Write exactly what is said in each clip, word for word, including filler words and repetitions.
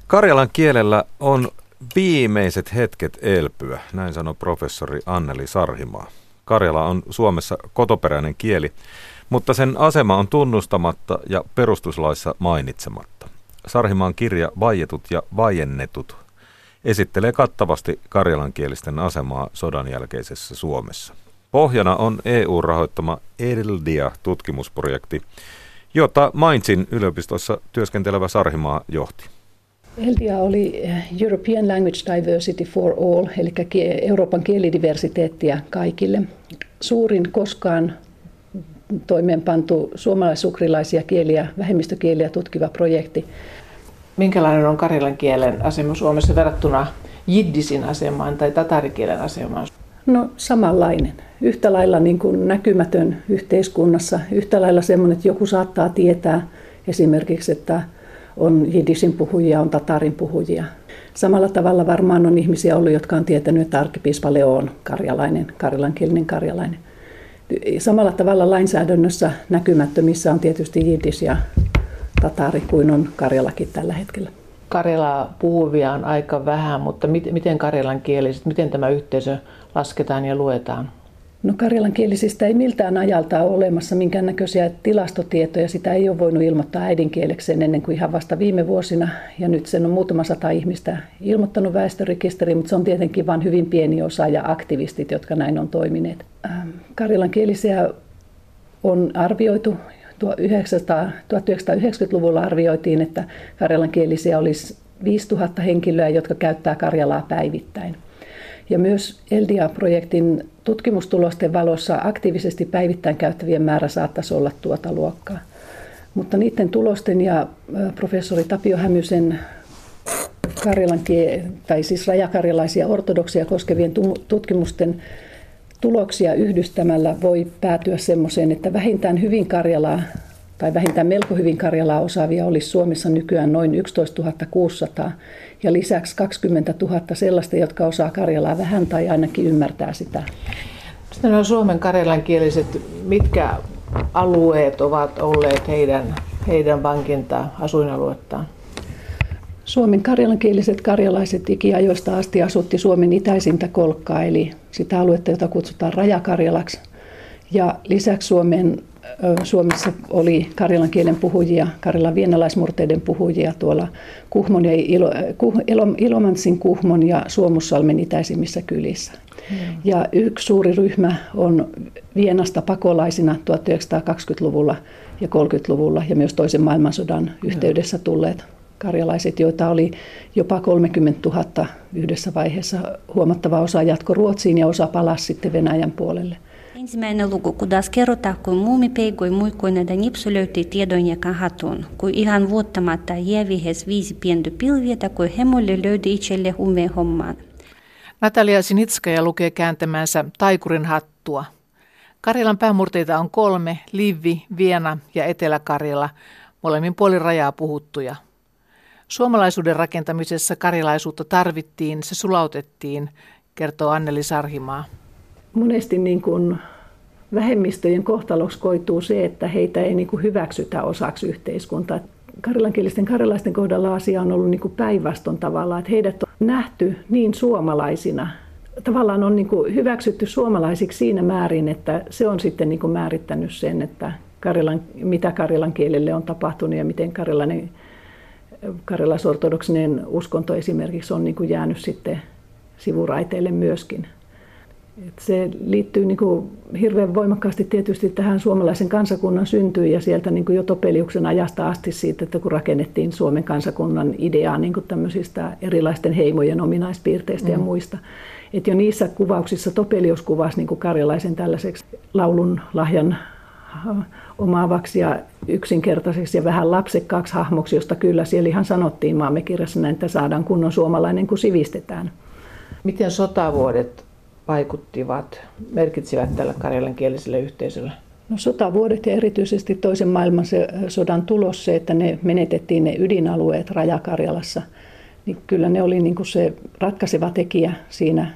Karjalan kielellä on viimeiset hetket elpyä, näin sanoi professori Anneli Sarhimaa. Karjala on Suomessa kotoperäinen kieli, mutta sen asema on tunnustamatta ja perustuslaissa mainitsematta. Sarhimaan kirja Vaietut ja vaiennetut esittelee kattavasti karjalankielisten asemaa sodan jälkeisessä Suomessa. Pohjana on E U-rahoittama ELDIA-tutkimusprojekti, jota Mainzin yliopistossa työskentelevä Sarhimaa johti. ELDIA oli European Language Diversity for All, eli Euroopan kielidiversiteettiä kaikille. Suurin koskaan toimeenpantu suomalais-ukrilaisia kieliä, vähemmistökieliä tutkiva projekti. Minkälainen on karjalan kielen asema Suomessa verrattuna jiddisin asemaan tai tatarikielen asemaan? No samanlainen. Yhtä lailla niin kuin näkymätön yhteiskunnassa. Yhtä lailla semmoinen, että joku saattaa tietää esimerkiksi, että on jiddisin puhujia, on tatarin puhujia. Samalla tavalla varmaan on ihmisiä ollut, jotka on tietänyt, että arkkipiispa Leo on karjalainen, karjalankielinen karjalainen. Samalla tavalla lainsäädännössä näkymättömissä on tietysti jiddis ja tatari kuin on Karjalakin tällä hetkellä. Karjalaa puhuvia on aika vähän, mutta miten karjalankieliset, miten tämä yhteisö lasketaan ja luetaan? No karjalankielisistä ei miltään ajalta ole olemassa minkäännäköisiä tilastotietoja. Sitä ei ole voinut ilmoittaa äidinkielekseen ennen kuin ihan vasta viime vuosina. Ja nyt sen on muutama sata ihmistä ilmoittanut väestörekisteriin, mutta se on tietenkin vain hyvin pieni osa ja aktivistit, jotka näin on toimineet. Karjalankielisiä on arvioitu. tuhatyhdeksänsataayhdeksänkymmentäluvulla arvioitiin, että karjalankielisiä olisi viisituhatta henkilöä, jotka käyttää karjalaa päivittäin. Ja myös ELDIA-projektin tutkimustulosten valossa aktiivisesti päivittäin käyttävien määrä saattaisi olla tuota luokkaa. Mutta niiden tulosten ja professori Tapio Hämysen karjalankie, tai siis rajakarjalaisia ortodoksia koskevien tutkimusten tuloksia yhdistämällä voi päätyä semmoiseen, että vähintään hyvin karjalaa tai vähintään melko hyvin karjalaa osaavia olisi Suomessa nykyään noin yksitoistatuhatta kuusisataa ja lisäksi kaksikymmentätuhatta sellaista, jotka osaa karjalaa vähän tai ainakin ymmärtää sitä. Sitten on Suomen karjalankieliset, mitkä alueet ovat olleet heidän, heidän vankintaa, asuinaluettaan? Suomen karjalankieliset karjalaiset ikiajoista asti asutti Suomen itäisintä kolkkaa, eli sitä aluetta, jota kutsutaan Rajakarjalaksi. Ja lisäksi Suomen, Suomessa oli karjalan kielen puhujia, karjalan vienalaismurteiden puhujia tuolla Kuhmon ja Ilo, Ilomantsin, Kuhmon ja Suomussalmen itäisimmissä kylissä. Hmm. Ja yksi suuri ryhmä on Vienasta pakolaisina tuhatyhdeksänsataakaksikymmentäluvulla ja kolmekymmentäluvulla ja myös toisen maailmansodan yhteydessä tulleet karjalaiset, joita oli jopa kolmekymmentätuhatta yhdessä vaiheessa. Huomattava osa jatko Ruotsiin ja osa palasi sitten Venäjän puolelle. Ensimmäinen luku, kudas kerrotaan, kun muumipeikoi muikkoina nipsu löytyi tiedon ja kahatuun, kun ihan vuottamatta jävihes viisi pientä pilviötä, kun hemolle löytyi itselle humeen hommaan. Natalia Sinitskaja lukee kääntämänsä Taikurin hattua. Karjalan päämurteita on kolme, Livi, Viena ja Etelä-Karjala, molemmin puolin rajaa puhuttuja. Suomalaisuuden rakentamisessa karjalaisuutta tarvittiin, se sulautettiin, kertoo Anneli Sarhimaa. Monesti niin kuin vähemmistöjen kohtaloksi koituu se, että heitä ei niin kuin hyväksytä osaksi yhteiskuntaa. Karjalankielisten karjalaisten kohdalla asia on ollut niin kuin päinvastoin tavallaan, että heidät on nähty niin suomalaisina. Tavallaan on niin kuin hyväksytty suomalaisiksi siinä määrin, että se on sitten niin kuin määrittänyt sen, että karjalan, mitä karjalan kielelle on tapahtunut ja miten karjalainen karjalaisortodoksinen uskonto esimerkiksi on niin kuin jäänyt sitten sivuraiteille myöskin. Et se liittyy niin kuin hirveän voimakkaasti tietysti tähän suomalaisen kansakunnan syntyyn ja sieltä niin kuin jo Topeliuksen ajasta asti siitä, että kun rakennettiin Suomen kansakunnan ideaa niin kuin tämmöisistä erilaisten heimojen ominaispiirteistä mm. ja muista. Et jo niissä kuvauksissa Topelius kuvasi niin kuin karjalaisen tällaiseksi laulun lahjan omaavaksi ja yksinkertaiseksi ja vähän lapsekkaaksi hahmoksi, josta kyllä siellä ihan sanottiin maamme kirjassa näin, että saadaan kunnon suomalainen, kun sivistetään. Miten sotavuodet vaikuttivat, merkitsivät tällä karjalankieliselle yhteisölle? No sotavuodet ja erityisesti toisen maailmansodan tulos se, että ne menetettiin ne ydinalueet Rajakarjalassa, niin kyllä ne oli niin kuin se ratkaiseva tekijä siinä,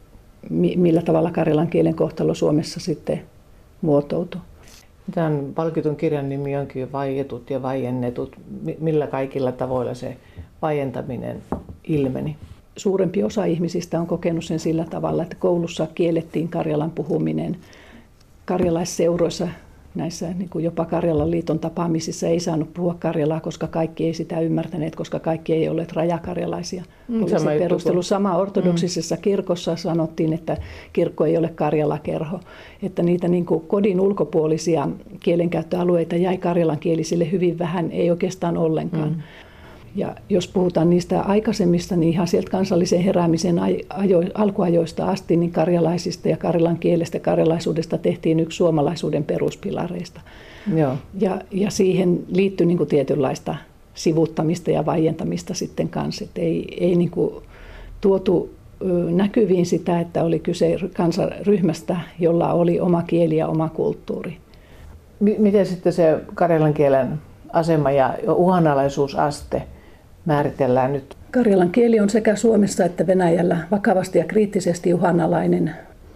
millä tavalla karjalan kielen kohtalo Suomessa sitten muotoutui. Tämän palkitun kirjan nimi onkin Vaietut ja vaiennetut. Millä kaikilla tavoilla se vaientaminen ilmeni? Suurempi osa ihmisistä on kokenut sen sillä tavalla, että koulussa kiellettiin karjalan puhuminen. Karjalaisseuroissa, näissä niin kuin jopa Karjalan liiton tapaamisissa ei saanut puhua karjalaa, koska kaikki ei sitä ymmärtäneet, koska kaikki ei olleet rajakarjalaisia. Mm, oli se perustelu. Sama ortodoksisessa mm. kirkossa sanottiin, että kirkko ei ole karjalakerho. Että niitä niin kuin kodin ulkopuolisia kielenkäyttöalueita jäi karjalankielisille hyvin vähän, ei oikeastaan ollenkaan. Mm. Ja jos puhutaan niistä aikaisemmista, niin ihan sieltä kansallisen heräämisen ajo, alkuajoista asti, niin karjalaisista ja karjalan kielestä, karjalaisuudesta tehtiin yksi suomalaisuuden peruspilareista. Joo. Ja, ja siihen liittyi niin kuin tietynlaista sivuuttamista ja vaientamista sitten kanssa. Et ei ei niin kuin tuotu näkyviin sitä, että oli kyse kansaryhmästä, jolla oli oma kieli ja oma kulttuuri. Miten sitten se karjalan kielen asema ja uhanalaisuusaste määritellään nyt? Karjalan kieli on sekä Suomessa että Venäjällä vakavasti ja kriittisesti uhanalainen.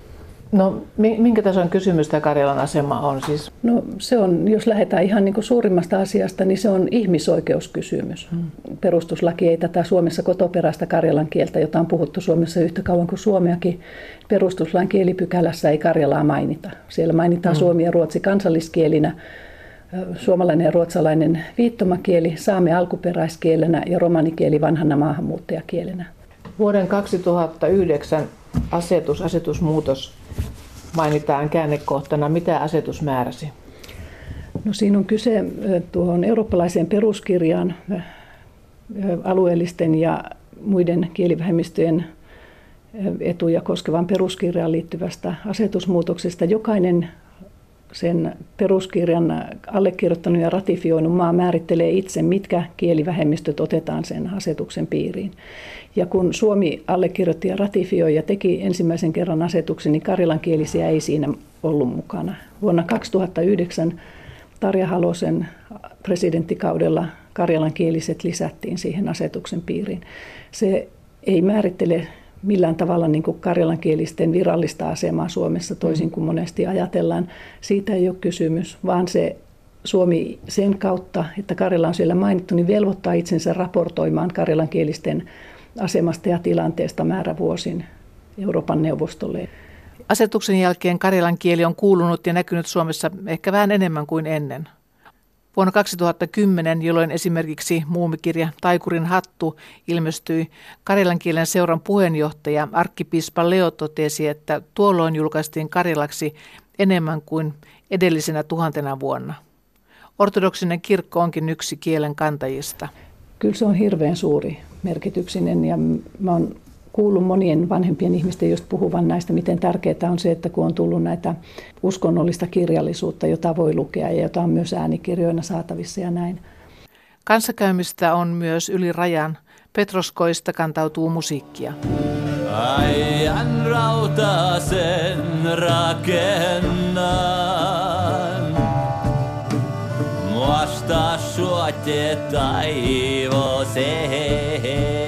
No minkä tason kysymys tämä karjalan asema on siis? No se on, jos lähdetään ihan niin kuin suurimmasta asiasta, niin se on ihmisoikeuskysymys. Hmm. Perustuslaki ei tätä Suomessa kotoperäistä karjalan kieltä, jota on puhuttu Suomessa yhtä kauan kuin suomeakin. Perustuslain kielipykälässä ei karjalaa mainita. Siellä mainitaan hmm. suomi ja ruotsi kansalliskielinä. Suomalainen ja ruotsalainen viittomakieli, saame alkuperäiskielenä ja romanikieli vanhana maahanmuuttajakielenä. Vuoden kaksituhattayhdeksän asetus, asetusmuutos mainitaan käännekohtana. Mitä asetus määräsi? No siinä on kyse tuohon eurooppalaiseen peruskirjaan alueellisten ja muiden kielivähemmistöjen etuja koskevan peruskirjaan liittyvästä asetusmuutoksesta. Jokainen sen peruskirjan allekirjoittanut ja ratifioinut maa määrittelee itse, mitkä kielivähemmistöt otetaan sen asetuksen piiriin. Ja kun Suomi allekirjoitti ja ratifioi ja teki ensimmäisen kerran asetuksen, niin karjalankielisiä ei siinä ollut mukana. Vuonna kaksituhattayhdeksän Tarja Halosen presidenttikaudella karjalankieliset lisättiin siihen asetuksen piiriin. Se ei määrittele millään tavalla niin kuin karjalankielisten virallista asemaa Suomessa, toisin kuin monesti ajatellaan. Siitä ei ole kysymys, vaan se Suomi sen kautta, että Karjala on siellä mainittu, niin velvoittaa itsensä raportoimaan karjalankielisten asemasta ja tilanteesta määrävuosin Euroopan neuvostolle. Asetuksen jälkeen karjalan kieli on kuulunut ja näkynyt Suomessa ehkä vähän enemmän kuin ennen. Vuonna kaksituhattakymmenen, jolloin esimerkiksi muumikirja Taikurin hattu ilmestyi, karjalan kielen seuran puheenjohtaja arkkipiispa Leo totesi, että tuolloin julkaistiin karjalaksi enemmän kuin edellisenä tuhantena vuonna. Ortodoksinen kirkko onkin yksi kielen kantajista. Kyllä se on hirveän suuri merkityksinen ja mä oon kuullut monien vanhempien ihmisten just puhuvan näistä, miten tärkeää on se, että kun on tullut näitä uskonnollista kirjallisuutta, jota voi lukea ja jota on myös äänikirjoina saatavissa ja näin. Kanssakäymistä on myös yli rajan. Petroskoista kantautuu musiikkia. Ajan rautasen rakennan, muasta suote taivoseen.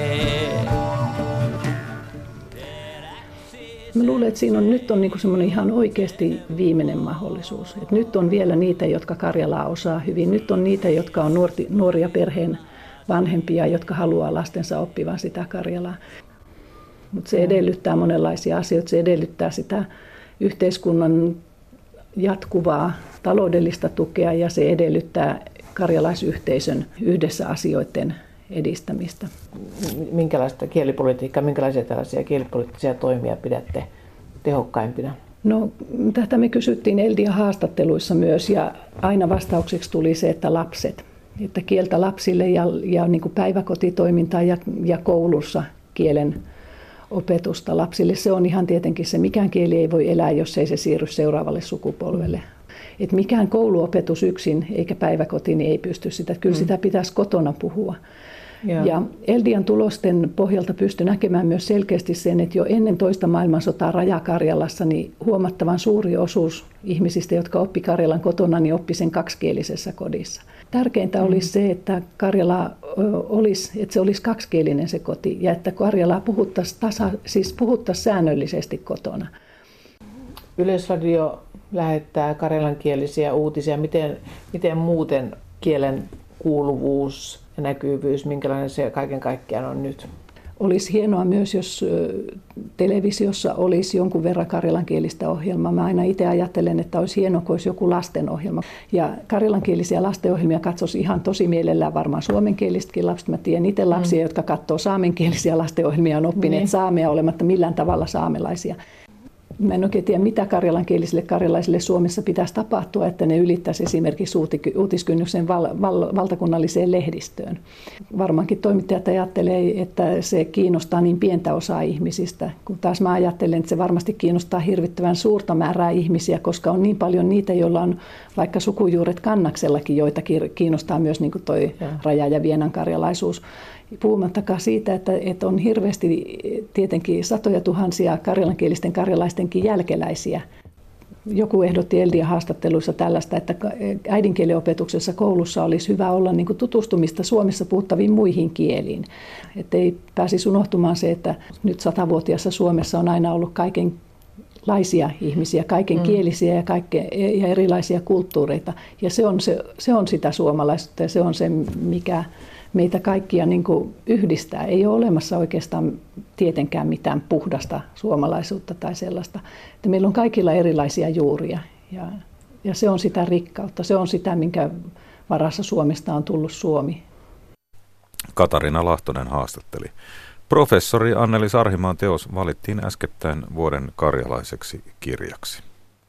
Mä luulen, että siinä on, nyt on niin kuin semmoinen ihan oikeasti viimeinen mahdollisuus. Että nyt on vielä niitä, jotka karjalaa osaa hyvin. Nyt on niitä, jotka on nuorti, nuoria perheen vanhempia, jotka haluaa lastensa oppivan sitä karjalaa. Mutta se edellyttää monenlaisia asioita. Se edellyttää sitä yhteiskunnan jatkuvaa taloudellista tukea ja se edellyttää karjalaisyhteisön yhdessä asioiden edistämistä. Minkälaista kielipolitiikkaa, minkälaisia tällaisia kielipoliittisia toimia pidätte tehokkaimpina? No, tätä me kysyttiin Eldia haastatteluissa myös ja aina vastaukseksi tuli se, että lapset. Että kieltä lapsille ja, ja niin kuin päiväkotitoimintaa ja, ja koulussa kielen opetusta lapsille. Se on ihan tietenkin se, mikään kieli ei voi elää, jos ei se siirry seuraavalle sukupolvelle. Et mikään kouluopetus yksin eikä päiväkoti niin ei pysty sitä. Kyllä mm. sitä pitäisi kotona puhua. Joo. Ja Eldian tulosten pohjalta pystyi näkemään myös selkeästi sen, että jo ennen toista maailmansotaa Raja-Karjalassa niin huomattavan suuri osuus ihmisistä, jotka oppi karjalan kotona, niin oppi sen kaksikielisessä kodissa. Tärkeintä mm. olisi se, että Karjala olisi, että se olisi kaksikielinen se koti ja että Karjalaa puhuttaisiin, tasa, siis puhuttaisiin säännöllisesti kotona. Yleisradio lähettää karjalankielisiä uutisia. Miten, miten muuten kielen kuuluvuus ja ja näkyvyys, minkälainen se kaiken kaikkiaan on nyt? Olisi hienoa myös, jos televisiossa olisi jonkun verran karjalankielistä ohjelmaa. Mä aina itse ajattelen, että olisi hienoa, kun olisi joku lastenohjelma. Ja karjalankielisiä lastenohjelmia katsoisi ihan tosi mielellään varmaan suomenkielisetkin lapset. Mä tiedän itse lapsia, mm. jotka katsoo saamenkielisiä lastenohjelmia, on oppineet mm. saamea olematta millään tavalla saamelaisia. Mä en oikein tiedä, mitä karjalankielisille karjalaisille Suomessa pitäisi tapahtua, että ne ylittäisi esimerkiksi uutiskynnyksen val, val, valtakunnalliseen lehdistöön. Varmaankin toimittajat ajattelee, että se kiinnostaa niin pientä osaa ihmisistä, kun taas mä ajattelen, että se varmasti kiinnostaa hirvittävän suurta määrää ihmisiä, koska on niin paljon niitä, joilla on vaikka sukujuuret Kannaksellakin, joita kiinnostaa myös niin kuin toi raja- ja vienankarjalaisuus. Puhumattakaan siitä, että, että on hirveästi tietenkin satoja tuhansia karjalankielisten karjalaistenkin jälkeläisiä. Joku ehdotti Eldian haastatteluissa tällaista, että äidinkielen opetuksessa koulussa olisi hyvä olla niin kuin tutustumista Suomessa puhuttaviin muihin kieliin. Että ei pääsisi unohtumaan se, että nyt satavuotiaassa Suomessa on aina ollut kaikenlaisia ihmisiä, kaikenkielisiä ja, kaikke, ja erilaisia kulttuureita. Ja se on, se, se on sitä suomalaisuutta ja se on se, mikä meitä kaikkia niin kuin yhdistää. Ei ole olemassa oikeastaan tietenkään mitään puhdasta suomalaisuutta tai sellaista. Että meillä on kaikilla erilaisia juuria ja, ja se on sitä rikkautta. Se on sitä, minkä varassa Suomesta on tullut Suomi. Katarina Lahtonen haastatteli. Professori Anneli Sarhimaan teos valittiin äskettäin vuoden karjalaiseksi kirjaksi.